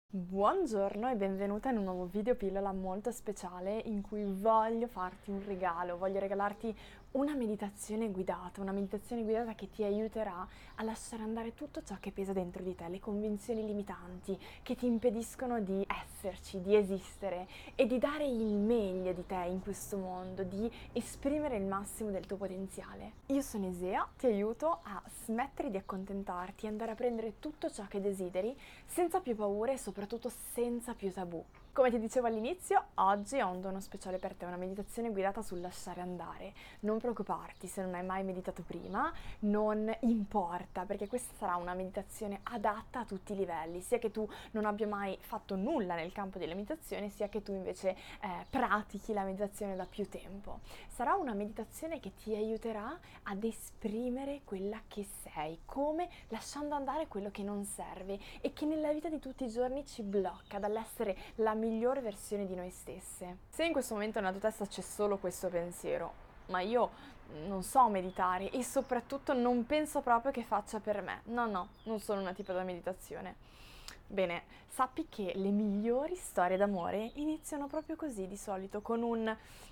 Buongiorno e benvenuta in un nuovo video pillola molto speciale in cui voglio farti un regalo, voglio regalarti una meditazione guidata che ti aiuterà a lasciare andare tutto ciò che pesa dentro di te, le convinzioni limitanti che ti impediscono di esserci, di esistere e di dare il meglio di te in questo mondo, di esprimere il massimo del tuo potenziale. Io sono Isea, ti aiuto a smettere di accontentarti, andare a prendere tutto ciò che desideri senza più paure e soprattutto senza più tabù. Come ti dicevo all'inizio, oggi ho un dono speciale per te, una meditazione guidata sul lasciare andare. Non preoccuparti se non hai mai meditato prima, non importa, perché questa sarà una meditazione adatta a tutti i livelli, sia che tu non abbia mai fatto nulla nel campo della meditazione, sia che tu invece pratichi la meditazione da più tempo. Sarà una meditazione che ti aiuterà ad esprimere quella che sei, come lasciando andare quello che non serve e che nella vita di tutti i giorni ci blocca dall'essere la migliore versione di noi stesse. Se in questo momento nella tua testa c'è solo questo pensiero, ma io non so meditare e soprattutto non penso proprio che faccia per me. No, non sono una tipa da meditazione. Bene, sappi che le migliori storie d'amore iniziano proprio così di solito, con un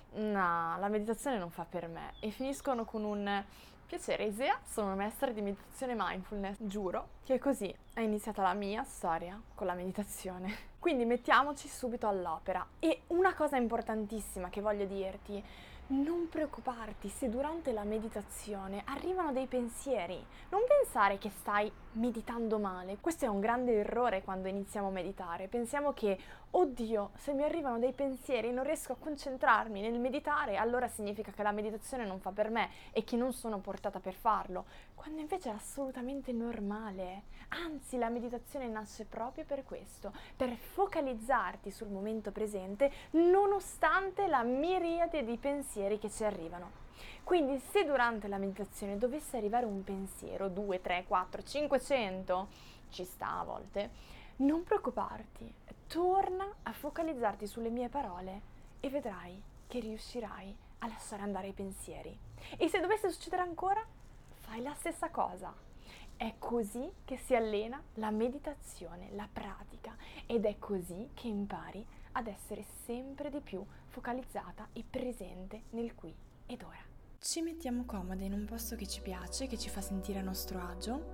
no, la meditazione non fa per me e finiscono con un piacere, Isea, sono una maestra di meditazione mindfulness, giuro che così è iniziata la mia storia con la meditazione. Quindi mettiamoci subito all'opera. E una cosa importantissima che voglio dirti, non preoccuparti se durante la meditazione arrivano dei pensieri. Non pensare che stai meditando male. Questo è un grande errore quando iniziamo a meditare. Pensiamo che, oddio, se mi arrivano dei pensieri e non riesco a concentrarmi nel meditare, allora significa che la meditazione non fa per me e che non sono portata per farlo. Quando invece è assolutamente normale. Anzi, la meditazione nasce proprio per questo, per focalizzarti sul momento presente nonostante la miriade di pensieri che ci arrivano. Quindi se durante la meditazione dovesse arrivare un pensiero, 2, 3, 4, 500, ci sta a volte, non preoccuparti, torna a focalizzarti sulle mie parole e vedrai che riuscirai a lasciare andare i pensieri. E se dovesse succedere ancora, fai la stessa cosa. È così che si allena la meditazione, la pratica, ed è così che impari ad essere sempre di più focalizzata e presente nel qui ed ora. Ci mettiamo comode in un posto che ci piace, che ci fa sentire a nostro agio.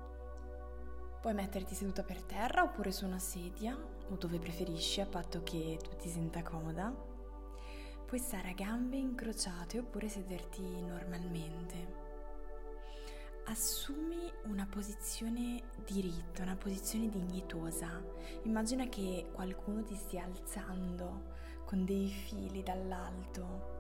Puoi metterti seduta per terra oppure su una sedia o dove preferisci, a patto che tu ti senta comoda. Puoi stare a gambe incrociate oppure sederti normalmente. Assumi una posizione diritta, una posizione dignitosa. Immagina che qualcuno ti stia alzando con dei fili dall'alto.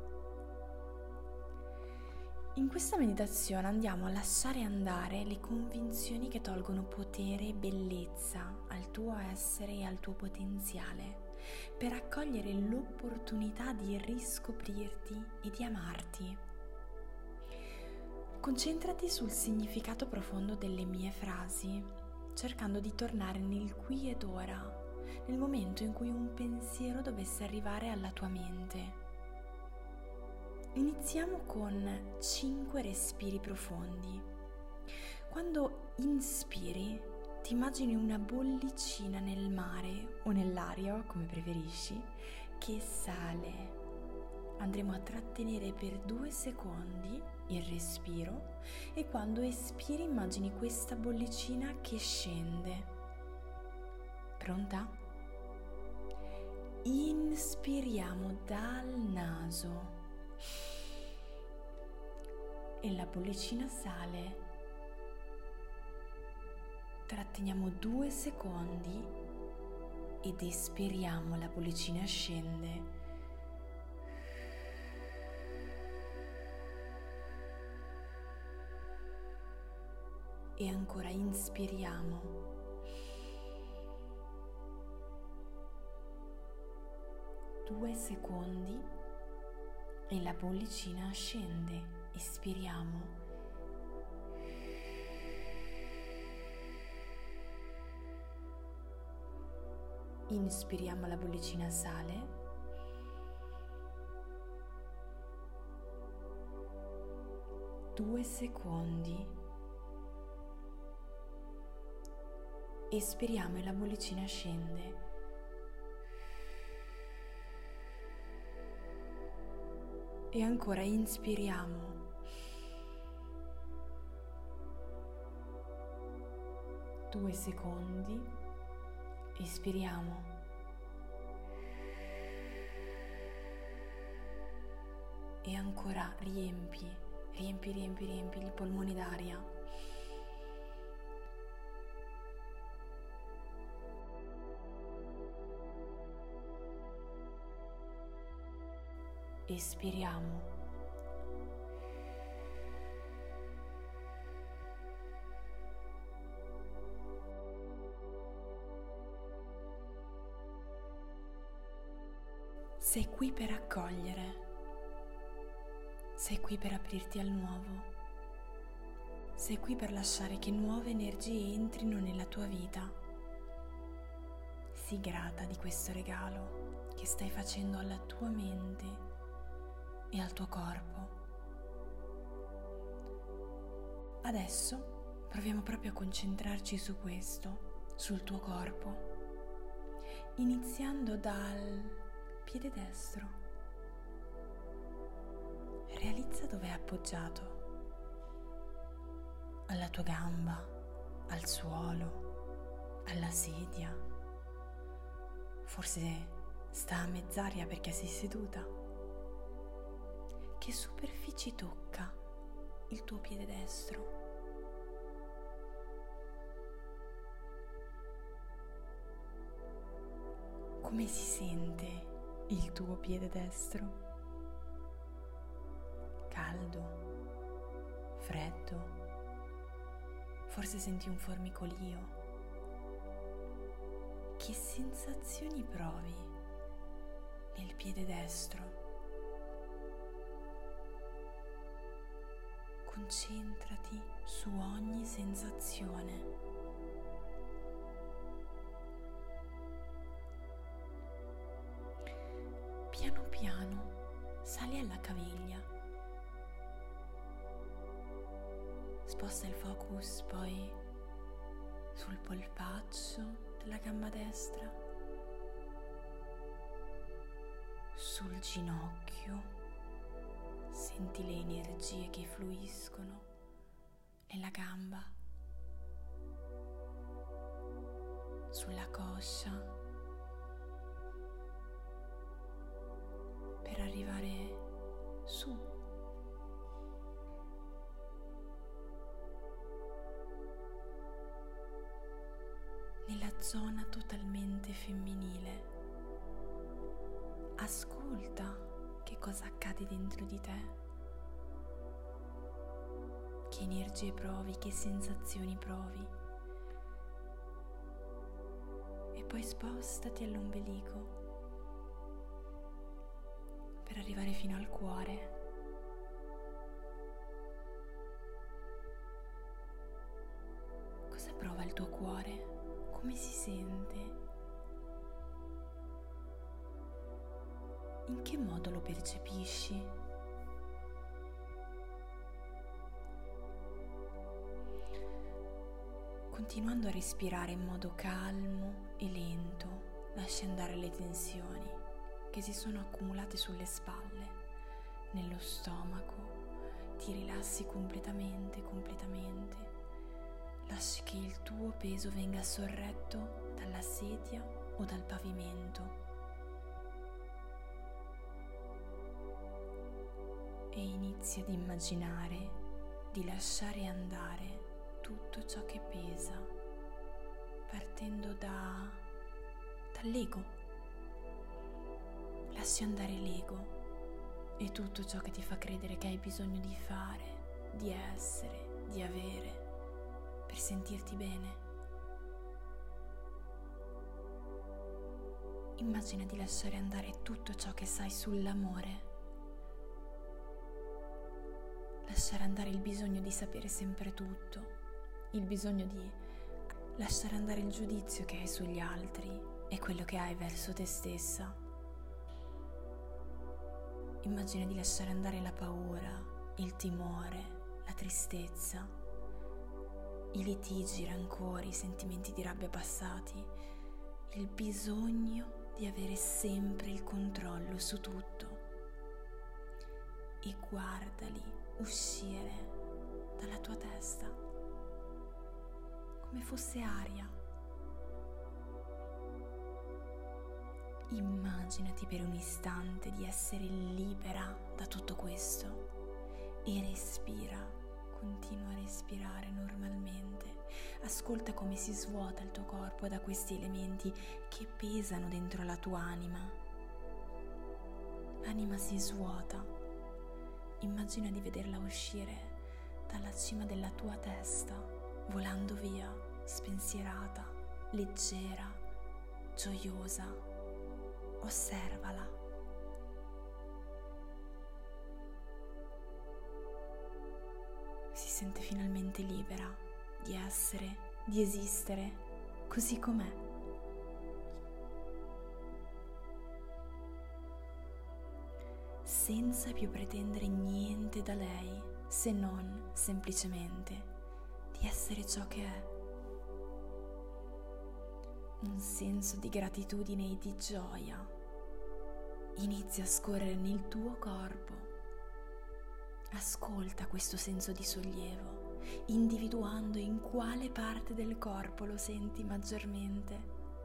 In questa meditazione andiamo a lasciare andare le convinzioni che tolgono potere e bellezza al tuo essere e al tuo potenziale, per accogliere l'opportunità di riscoprirti e di amarti. Concentrati sul significato profondo delle mie frasi, cercando di tornare nel qui ed ora, nel momento in cui un pensiero dovesse arrivare alla tua mente. Iniziamo con 5 respiri profondi. Quando inspiri, ti immagini una bollicina nel mare o nell'aria, come preferisci, che sale. Andremo a trattenere per 2 secondi il respiro e quando espiri immagini questa bollicina che scende. Pronta? Inspiriamo dal naso e la bollicina sale. Tratteniamo 2 secondi ed espiriamo, la bollicina scende. E ancora inspiriamo. Due secondi e la bollicina scende. Espiriamo. Inspiriamo, la bollicina sale. 2 secondi Espiriamo e la bollicina scende. E ancora inspiriamo. 2 secondi. Espiriamo. E ancora riempi i polmoni d'aria. Espiriamo. Sei qui per accogliere. Sei qui per aprirti al nuovo. Sei qui per lasciare che nuove energie entrino nella tua vita. Sii grata di questo regalo che stai facendo alla tua mente e al tuo corpo. Adesso proviamo proprio a concentrarci su questo, sul tuo corpo, iniziando dal piede destro. Realizza dove è appoggiato, alla tua gamba, al suolo, alla sedia. Forse sta a mezz'aria perché sei seduta. Che superfici tocca il tuo piede destro? Come si sente il tuo piede destro? Caldo? Freddo? Forse senti un formicolio? Che sensazioni provi nel piede destro? Concentrati su ogni sensazione. Piano piano sali alla caviglia. Sposta il focus poi sul polpaccio della gamba destra, sul ginocchio. Senti le energie che fluiscono nella gamba, sulla coscia, per arrivare su. Nella zona totalmente femminile. Ascolta che cosa accade dentro di te, che energie provi, che sensazioni provi. E poi spostati all'ombelico per arrivare fino al cuore. Cosa prova il tuo cuore? Come si sente? In che modo lo percepisci? Continuando a respirare in modo calmo e lento, lasci andare le tensioni che si sono accumulate sulle spalle, nello stomaco. Ti rilassi completamente. Lasci che il tuo peso venga sorretto dalla sedia o dal pavimento e inizi ad immaginare di lasciare andare tutto ciò che pesa, partendo dall'ego. Lasci andare l'ego e tutto ciò che ti fa credere che hai bisogno di fare, di essere, di avere per sentirti bene. Immagina di lasciare andare tutto ciò che sai sull'amore. Lasciare andare il bisogno di sapere sempre tutto, il bisogno di lasciare andare il giudizio che hai sugli altri e quello che hai verso te stessa. Immagina di lasciare andare la paura, il timore, la tristezza. i litigi, i rancori, i sentimenti di rabbia passati, il bisogno di avere sempre il controllo su tutto. E guardali uscire dalla tua testa come fosse aria. Immaginati per un istante di essere libera da tutto questo e respira, continua a respirare normalmente. Ascolta come si svuota il tuo corpo da questi elementi che pesano dentro la tua anima. L'anima si svuota. Immagina di vederla uscire dalla cima della tua testa, volando via, spensierata, leggera, gioiosa. Osservala. Si sente finalmente libera di essere, di esistere così com'è. Senza più pretendere niente da lei, se non semplicemente di essere ciò che è. Un senso di gratitudine e di gioia inizia a scorrere nel tuo corpo. Ascolta questo senso di sollievo, individuando in quale parte del corpo lo senti maggiormente.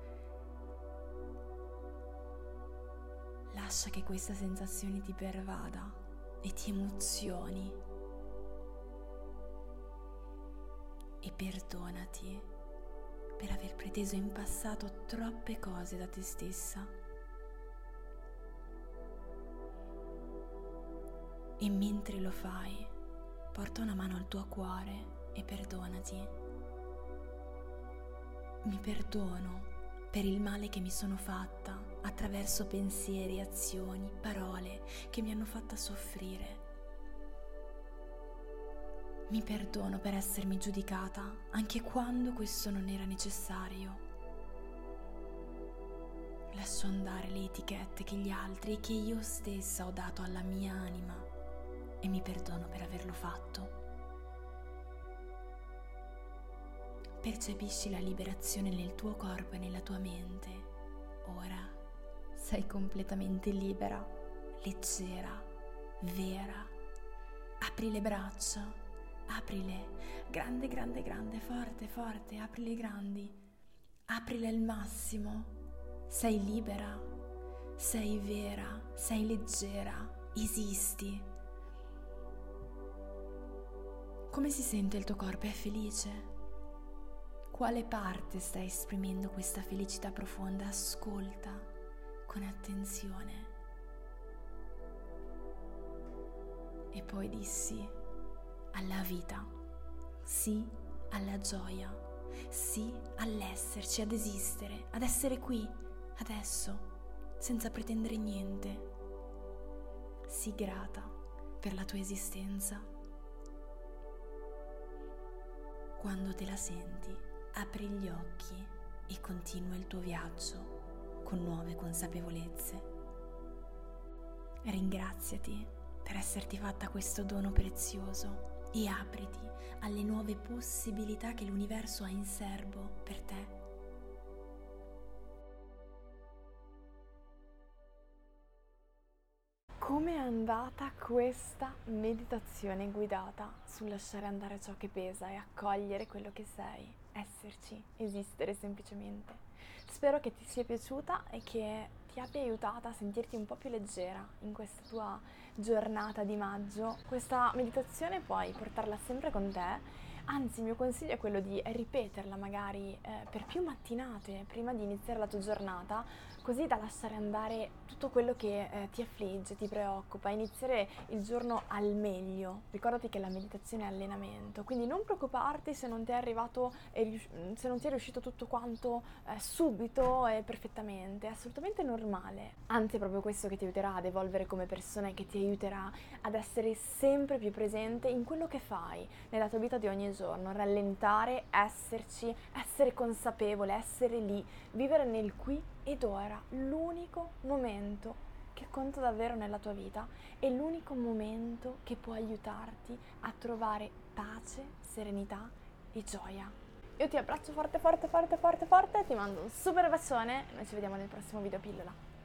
Lascia che questa sensazione ti pervada e ti emozioni. E perdonati per aver preteso in passato troppe cose da te stessa. E mentre lo fai, porta una mano al tuo cuore e perdonati. Mi perdono per il male che mi sono fatta attraverso pensieri, azioni, parole che mi hanno fatta soffrire. Mi perdono per essermi giudicata anche quando questo non era necessario. Lascio andare le etichette che gli altri e che io stessa ho dato alla mia anima e mi perdono per averlo fatto. Percepisci la liberazione nel tuo corpo e nella tua mente. Ora sei completamente libera, leggera, vera. Apri le braccia, aprile, grande, grande, grande, forte, forte, aprile grandi, aprile al massimo. Sei libera, sei vera, sei leggera, esisti. Come si sente il tuo corpo? È felice? Quale parte sta esprimendo questa felicità profonda? Ascolta con attenzione. E poi di sì alla vita, sì alla gioia, sì all'esserci, ad esistere, ad essere qui, adesso, senza pretendere niente. Sii grata per la tua esistenza. Quando te la senti, apri gli occhi e continua il tuo viaggio con nuove consapevolezze. Ringraziati per esserti fatta questo dono prezioso e apriti alle nuove possibilità che l'universo ha in serbo per te. Come è andata questa meditazione guidata sul lasciare andare ciò che pesa e accogliere quello che sei, esserci, esistere semplicemente? Spero che ti sia piaciuta e che ti abbia aiutata a sentirti un po' più leggera in questa tua giornata di maggio. Questa meditazione puoi portarla sempre con te. Anzi, il mio consiglio è quello di ripeterla magari per più mattinate prima di iniziare la tua giornata, così da lasciare andare tutto quello che ti affligge, ti preoccupa, iniziare il giorno al meglio. Ricordati che la meditazione è allenamento, quindi non preoccuparti se non ti è arrivato, se non ti è riuscito tutto quanto subito e perfettamente, è assolutamente normale. Anzi, è proprio questo che ti aiuterà ad evolvere come persona e che ti aiuterà ad essere sempre più presente in quello che fai nella tua vita di ogni giorno, rallentare, esserci, essere consapevole, essere lì, vivere nel qui ed ora, l'unico momento che conta davvero nella tua vita è l'unico momento che può aiutarti a trovare pace, serenità e gioia. Io ti abbraccio forte forte forte forte forte, ti mando un super bacione e noi ci vediamo nel prossimo video pillola.